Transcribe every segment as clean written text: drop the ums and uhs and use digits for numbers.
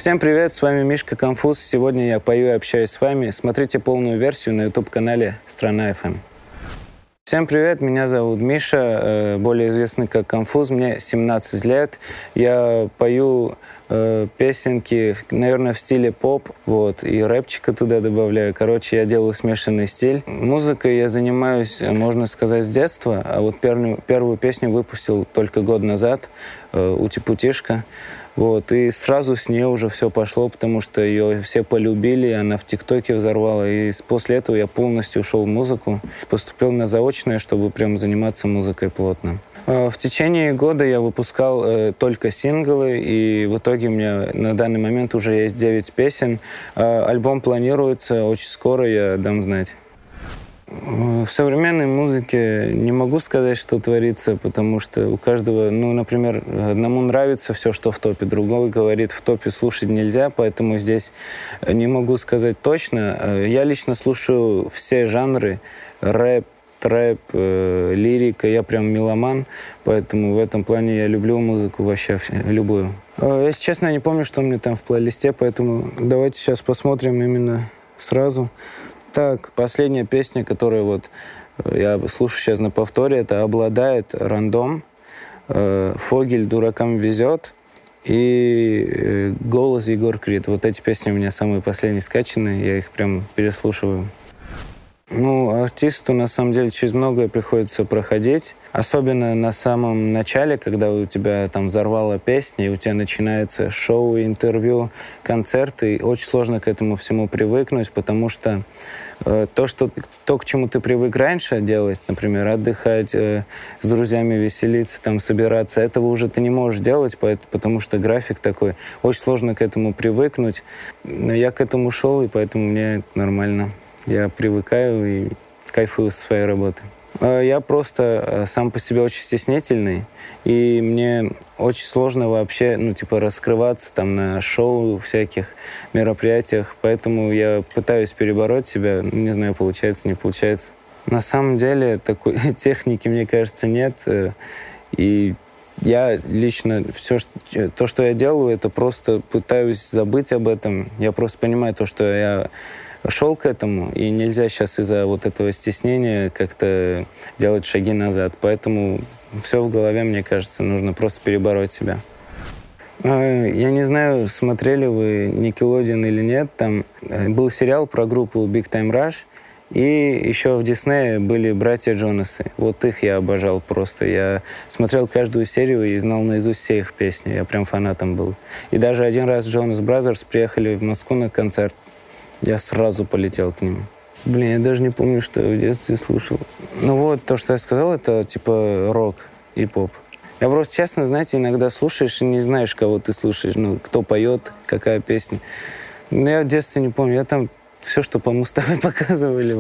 Всем привет, с вами Мишка Конфуз. Сегодня я пою и общаюсь с вами. Смотрите полную версию на YouTube-канале «Страна ФМ». Всем привет, меня зовут Миша, более известный как Конфуз, мне 17 лет. Я пою песенки, наверное, в стиле поп, и рэпчика туда добавляю. Короче, я делаю смешанный стиль. Музыкой я занимаюсь, можно сказать, с детства, а вот первую песню выпустил только год назад, «Ути-путишка». И сразу с нее уже все пошло, потому что ее все полюбили, она в ТикТоке взорвала. И после этого я полностью ушел в музыку. Поступил на заочное, чтобы прям заниматься музыкой плотно. В течение года я выпускал только синглы, и в итоге у меня на данный момент уже есть 9 песен. Альбом планируется, очень скоро я дам знать. В современной музыке не могу сказать, что творится, потому что у каждого, например, одному нравится все, что в топе, другой говорит, в топе слушать нельзя, поэтому здесь не могу сказать точно. Я лично слушаю все жанры, рэп, трэп, лирика, я прям меломан, поэтому в этом плане я люблю музыку вообще любую. Если честно, я не помню, что у меня там в плейлисте, поэтому давайте сейчас посмотрим именно сразу. Так, последняя песня, которую я слушаю сейчас на повторе, это «Обладает», «Рандом», «Фогель», «Дуракам везет» и «Голос», Егор Крид. Вот эти песни у меня самые последние скачанные, я их прям переслушиваю. Артисту, на самом деле, через многое приходится проходить. Особенно на самом начале, когда у тебя там взорвала песня, и у тебя начинается шоу, интервью, концерты. И очень сложно к этому всему привыкнуть, потому что то, к чему ты привык раньше делать, например, отдыхать, с друзьями веселиться, там, собираться, этого уже ты не можешь делать, потому что график такой. Очень сложно к этому привыкнуть. Но я к этому шел, и поэтому мне нормально. Я привыкаю и кайфую со своей работы. Я просто сам по себе очень стеснительный, и мне очень сложно вообще, раскрываться там на шоу, всяких мероприятиях, поэтому я пытаюсь перебороть себя, не знаю, получается, не получается. На самом деле такой техники, мне кажется, нет, и я лично то, что я делаю, это просто пытаюсь забыть об этом. Я просто понимаю то, что я шел к этому, и нельзя сейчас из-за этого стеснения как-то делать шаги назад. Поэтому все в голове, мне кажется, нужно просто перебороть себя. Я не знаю, смотрели вы Nickelodeon или нет. Там был сериал про группу Big Time Rush, и еще в Диснее были братья Джонасы. Вот их я обожал просто. Я смотрел каждую серию и знал наизусть все их песни. Я прям фанатом был. И даже один раз Jonas Brothers приехали в Москву на концерт. Я сразу полетел к ним. Я даже не помню, что я в детстве слушал. То, что я сказал, это типа рок и поп. Я просто, честно, знаете, иногда слушаешь и не знаешь, кого ты слушаешь, кто поет, какая песня. Я в детстве не помню. Я там все, что по Муз-ТВ показывали.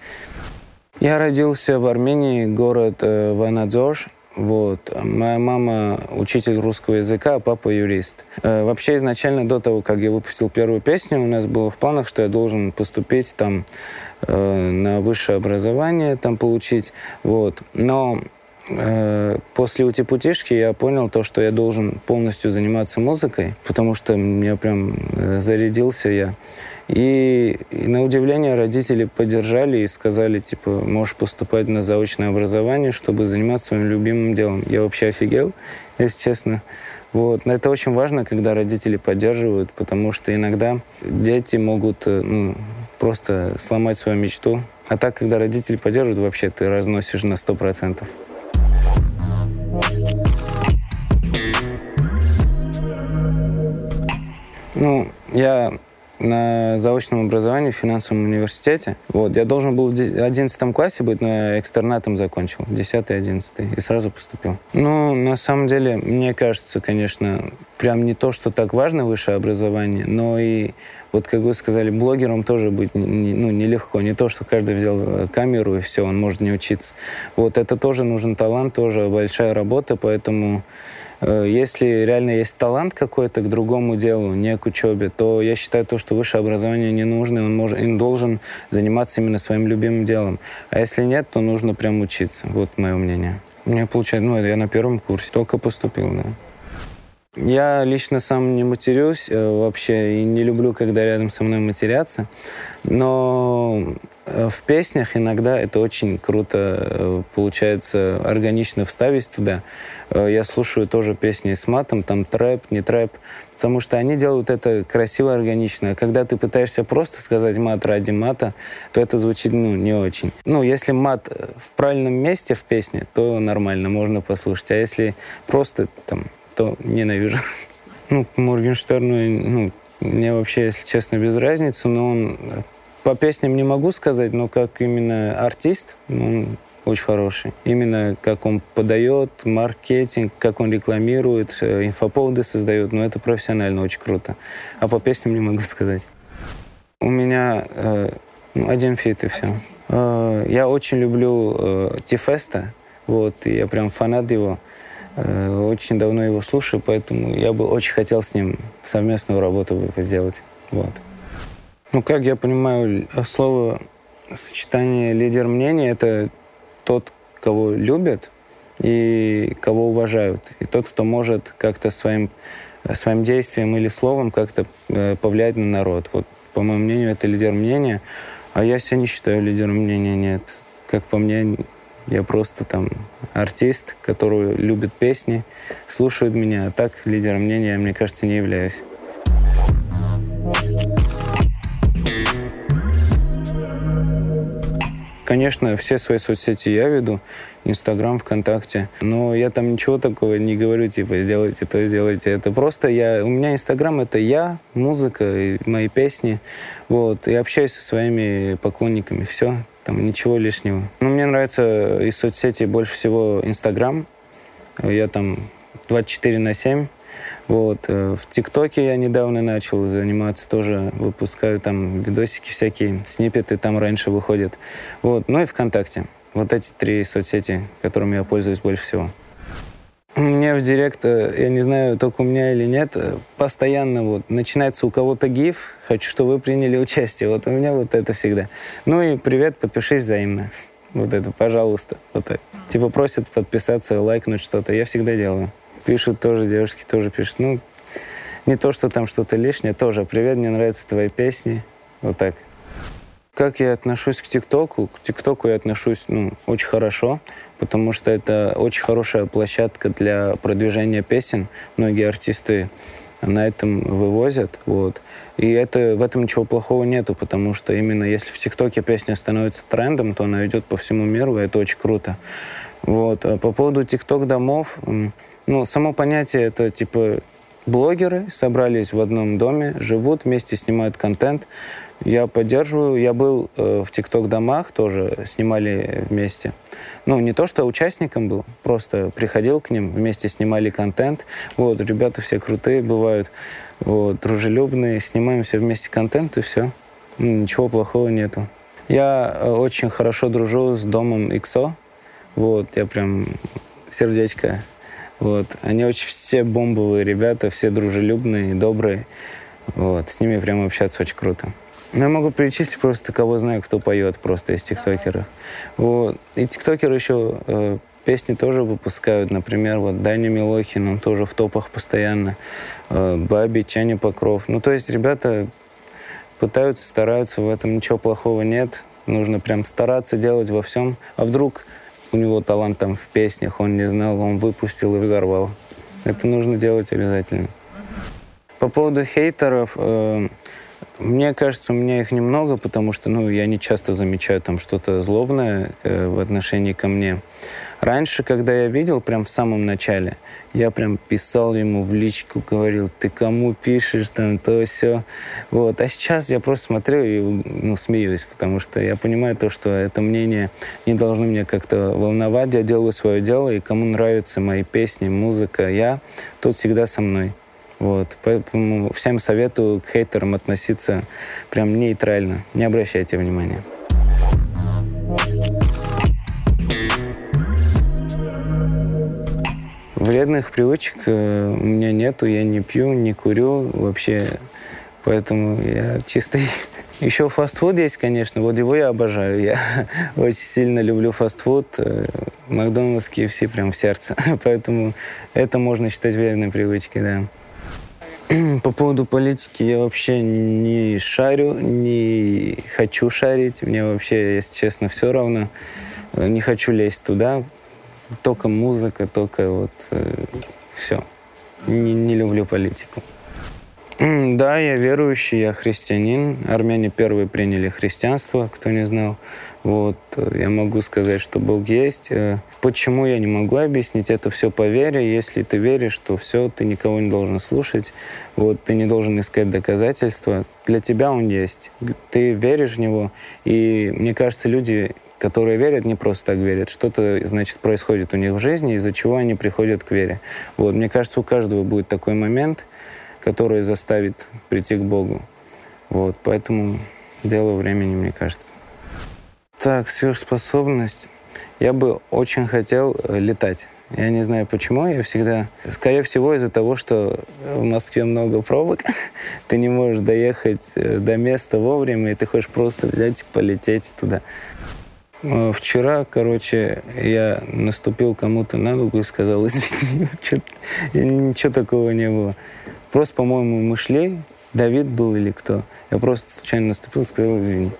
Я родился в Армении, город Ванадзор. Моя мама учитель русского языка, а папа юрист. Вообще, изначально, до того, как я выпустил первую песню, у нас было в планах, что я должен поступить там на высшее образование, там получить. Но после «Ути-путишки» я понял то, что я должен полностью заниматься музыкой, потому что я прям зарядился я. И на удивление родители поддержали и сказали, можешь поступать на заочное образование, чтобы заниматься своим любимым делом. Я вообще офигел, если честно. Но это очень важно, когда родители поддерживают, потому что иногда дети могут просто сломать свою мечту. А так, когда родители поддерживают, вообще ты разносишь на 100%. Я на заочном образовании в финансовом университете. Я должен был в 11 классе быть, но я экстернатом закончил, 10-11, и сразу поступил. На самом деле, мне кажется, конечно, прям не то, что так важно высшее образование, но и, как вы сказали, блогером тоже быть нелегко. Не то, что каждый взял камеру, и все, он может не учиться. Это тоже нужен талант, тоже большая работа, поэтому если реально есть талант какой-то к другому делу, не к учебе, то я считаю то, что высшее образование не нужно, он должен заниматься именно своим любимым делом. А если нет, то нужно прям учиться. Вот мое мнение. У меня получается, я на первом курсе только поступил, да. Я лично сам не матерюсь вообще и не люблю, когда рядом со мной матерятся, но в песнях иногда это очень круто получается органично вставить туда. Я слушаю тоже песни с матом, там трэп, не трэп, потому что они делают это красиво, органично. А когда ты пытаешься просто сказать мат ради мата, то это звучит, не очень. Если мат в правильном месте в песне, то нормально, можно послушать. А если просто там, то ненавижу. Моргенштерну, мне вообще, если честно, без разницы, но он по песням не могу сказать, но как именно артист, он очень хороший. Именно как он подает, маркетинг, как он рекламирует, инфоповоды создает, это профессионально, очень круто. А по песням не могу сказать. У меня один фит и все. Я очень люблю Ти-Феста, и я прям фанат его. Очень давно его слушаю, поэтому я бы очень хотел с ним совместную работу сделать. Как я понимаю, слово-сочетание «лидер мнения» — это тот, кого любят и кого уважают. И тот, кто может как-то своим действием или словом как-то повлиять на народ. По моему мнению, это лидер мнения. А я себя не считаю лидером мнения, нет. Как по мне, я просто артист, который любит песни, слушает меня. А так лидером мнения, мне кажется, не являюсь. Конечно, все свои соцсети я веду, Инстаграм, ВКонтакте, но я там ничего такого не говорю, сделайте то, сделайте это. Просто у меня Инстаграм — это я, музыка и мои песни, и общаюсь со своими поклонниками, все, там ничего лишнего. Мне нравится из соцсетей больше всего Инстаграм, я там 24/7. В ТикТоке я недавно начал заниматься, тоже выпускаю там видосики всякие, сниппеты там раньше выходят. И ВКонтакте. Эти 3 соцсети, которыми я пользуюсь больше всего. Мне в директ, я не знаю, только у меня или нет, постоянно начинается у кого-то гиф, хочу, чтобы вы приняли участие. У меня это всегда. И привет, подпишись взаимно. Это, пожалуйста. Так. Просят подписаться, лайкнуть что-то. Я всегда делаю. Пишут тоже, девушки тоже пишут. Не то, что там что-то лишнее, тоже. Привет, мне нравятся твои песни. Так. Как я отношусь к ТикТоку? К ТикТоку я отношусь, очень хорошо, потому что это очень хорошая площадка для продвижения песен. Многие артисты на этом вывозят, И в этом ничего плохого нету, потому что именно если в ТикТоке песня становится трендом, то она идет по всему миру, и это очень круто. А по поводу ТикТок-домов, само понятие — это блогеры собрались в одном доме, живут вместе, снимают контент. Я поддерживаю. Я был в ТикТок-домах, тоже снимали вместе. Не то, что участником был, просто приходил к ним, вместе снимали контент. Ребята все крутые бывают, дружелюбные, снимаем все вместе контент, и все. Ничего плохого нету. Я очень хорошо дружу с домом XO. Я прям сердечко. Они очень все бомбовые ребята, все дружелюбные, добрые. С ними прям общаться очень круто. Я могу перечислить просто, кого знаю, кто поет просто из тиктокеров. И тиктокеры еще песни тоже выпускают. Например, Даня Милохин, он тоже в топах постоянно. Баби, Чаня Покров. То есть ребята пытаются, стараются, в этом ничего плохого нет. Нужно прям стараться делать во всем. А вдруг у него талант там в песнях, он не знал, он выпустил и взорвал. Это нужно делать обязательно. По поводу хейтеров, мне кажется, у меня их немного, потому что, я не часто замечаю там что-то злобное в отношении ко мне. Раньше, когда я видел, прям в самом начале, я прям писал ему в личку, говорил, ты кому пишешь, там, то, все. А сейчас я просто смотрю и, смеюсь, потому что я понимаю то, что это мнение не должно меня как-то волновать. Я делаю свое дело, и кому нравятся мои песни, музыка, тот всегда со мной. Поэтому всем советую к хейтерам относиться прям нейтрально. Не обращайте внимания. Вредных привычек у меня нету. Я не пью, не курю вообще. Поэтому я чистый. Еще фастфуд есть, конечно, вот его я обожаю. Я очень сильно люблю фастфуд. Макдональдс, KFC прям в сердце. Поэтому это можно считать вредной привычкой, да. По поводу политики я вообще не шарю, не хочу шарить. Мне вообще, если честно, все равно. Не хочу лезть туда. Только музыка, только вот все. Не люблю политику. Да, я верующий, я христианин. Армяне первые приняли христианство, кто не знал. Вот, я могу сказать, что Бог есть. Почему, я не могу объяснить. Это все по вере. Если ты веришь, то все, ты никого не должен слушать. Вот, ты не должен искать доказательства. Для тебя Он есть. Ты веришь в Него. И мне кажется, люди, которые верят, не просто так верят. Что-то, значит, происходит у них в жизни, из-за чего они приходят к вере. Вот, мне кажется, у каждого будет такой момент, который заставит прийти к Богу. Вот, поэтому дело времени, мне кажется. Так, сверхспособность. Я бы очень хотел летать. Я не знаю почему, я всегда... Скорее всего, из-за того, что в Москве много пробок, ты не можешь доехать до места вовремя, и ты хочешь просто взять и полететь туда. Вчера, я наступил кому-то на ногу и сказал: извини, ничего такого не было. Просто, по-моему, мы шли, Давид был или кто. Я просто случайно наступил и сказал: извини.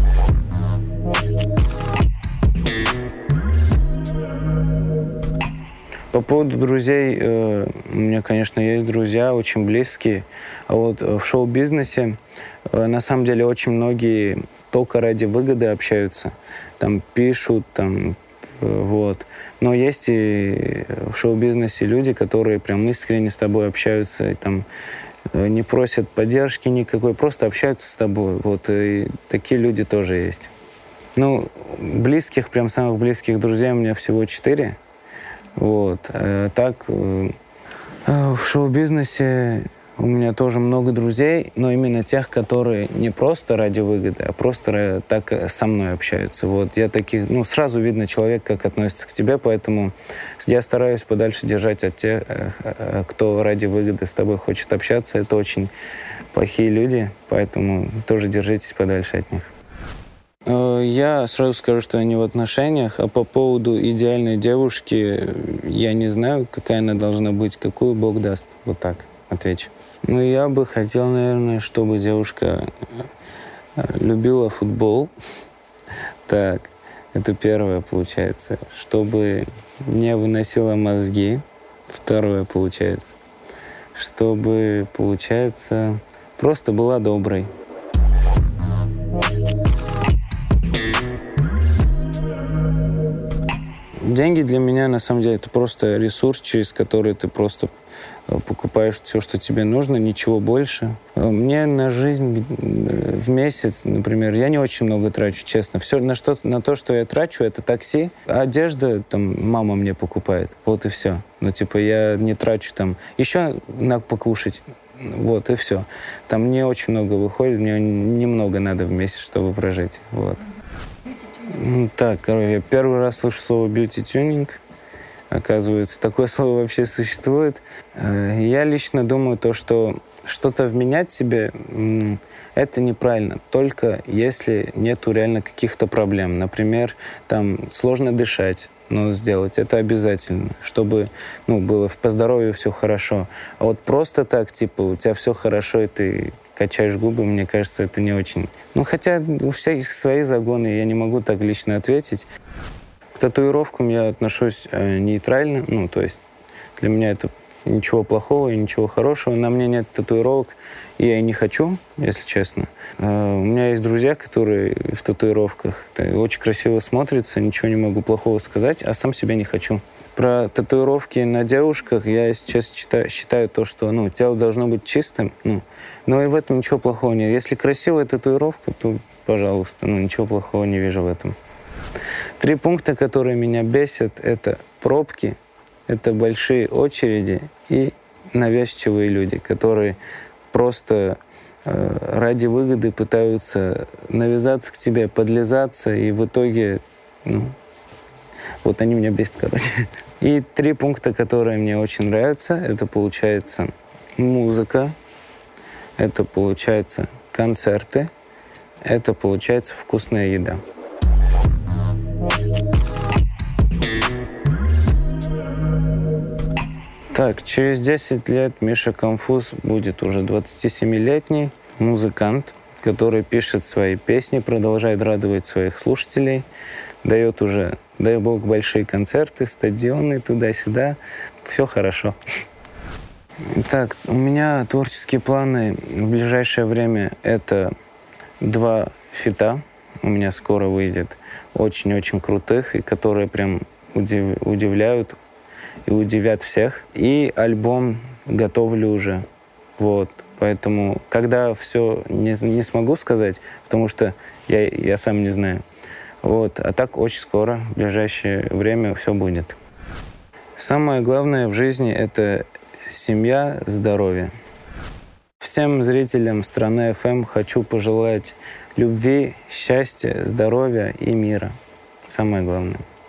По поводу друзей, у меня, конечно, есть друзья, очень близкие. А вот в шоу-бизнесе, на самом деле, очень многие только ради выгоды общаются. Там пишут, вот. Но есть и в шоу-бизнесе люди, которые прям искренне с тобой общаются, и там не просят поддержки никакой, просто общаются с тобой. Вот, и такие люди тоже есть. Ну, близких, прям самых близких друзей у меня всего 4. Вот. Так, в шоу-бизнесе у меня тоже много друзей, но именно тех, которые не просто ради выгоды, а просто так со мной общаются. Вот. Я таких, сразу видно человек, как относится к тебе, поэтому я стараюсь подальше держать от тех, кто ради выгоды с тобой хочет общаться. Это очень плохие люди, поэтому тоже держитесь подальше от них. Я сразу скажу, что я не в отношениях, а по поводу идеальной девушки я не знаю, какая она должна быть, какую Бог даст. Вот так отвечу. Я бы хотел, наверное, чтобы девушка любила футбол. Так, это первое получается. Чтобы не выносила мозги. Второе получается. Чтобы, получается, просто была доброй. Деньги для меня, на самом деле, это просто ресурс, через который ты просто покупаешь все, что тебе нужно, ничего больше. Мне на жизнь в месяц, например, я не очень много трачу, честно. Все на то, что я трачу, это такси. А одежда, мама мне покупает. Вот и все. Я не трачу еще на покушать. Вот и все. Там не очень много выходит, мне немного надо в месяц, чтобы прожить. Вот. Так, я первый раз слышу слово «бьюти-тюнинг». Оказывается, такое слово вообще существует. Я лично думаю, что что-то вменять себе – это неправильно. Только если нету реально каких-то проблем. Например, сложно дышать, но сделать это обязательно, чтобы было по здоровью все хорошо. А вот просто так, у тебя все хорошо, и ты качаешь губы, мне кажется, это не очень. Хотя у всех свои загоны, я не могу так лично ответить. К татуировкам я отношусь нейтрально, то есть для меня это ничего плохого и ничего хорошего. На мне нет татуировок, и я и не хочу, если честно. У меня есть друзья, которые в татуировках. Это очень красиво смотрится, ничего не могу плохого сказать, а сам себя не хочу. Про татуировки на девушках я, если честно, считаю то, что тело должно быть чистым, но и в этом ничего плохого нет. Если красивая татуировка, то, пожалуйста, ничего плохого не вижу в этом. 3 пункта, которые меня бесят, это пробки, это большие очереди и навязчивые люди, которые просто ради выгоды пытаются навязаться к тебе, подлизаться, и в итоге, вот они меня бесят, И 3 пункта, которые мне очень нравятся, это получается музыка, это получается концерты, это получается вкусная еда. Так, через 10 лет Миша Конфуз будет уже 27-летний музыкант, который пишет свои песни, продолжает радовать своих слушателей, дает уже, дай бог, большие концерты, стадионы, туда-сюда. Все хорошо. Итак, у меня творческие планы в ближайшее время — это 2 фита. У меня скоро выйдет очень-очень крутых, и которые прям удивляют и удивят всех. И альбом готовлю уже. Вот. Поэтому, когда все не смогу сказать, потому что я сам не знаю. Вот. А так очень скоро, в ближайшее время все будет. Самое главное в жизни — это семья, здоровье. Всем зрителям страны FM хочу пожелать любви, счастья, здоровья и мира. Самое главное.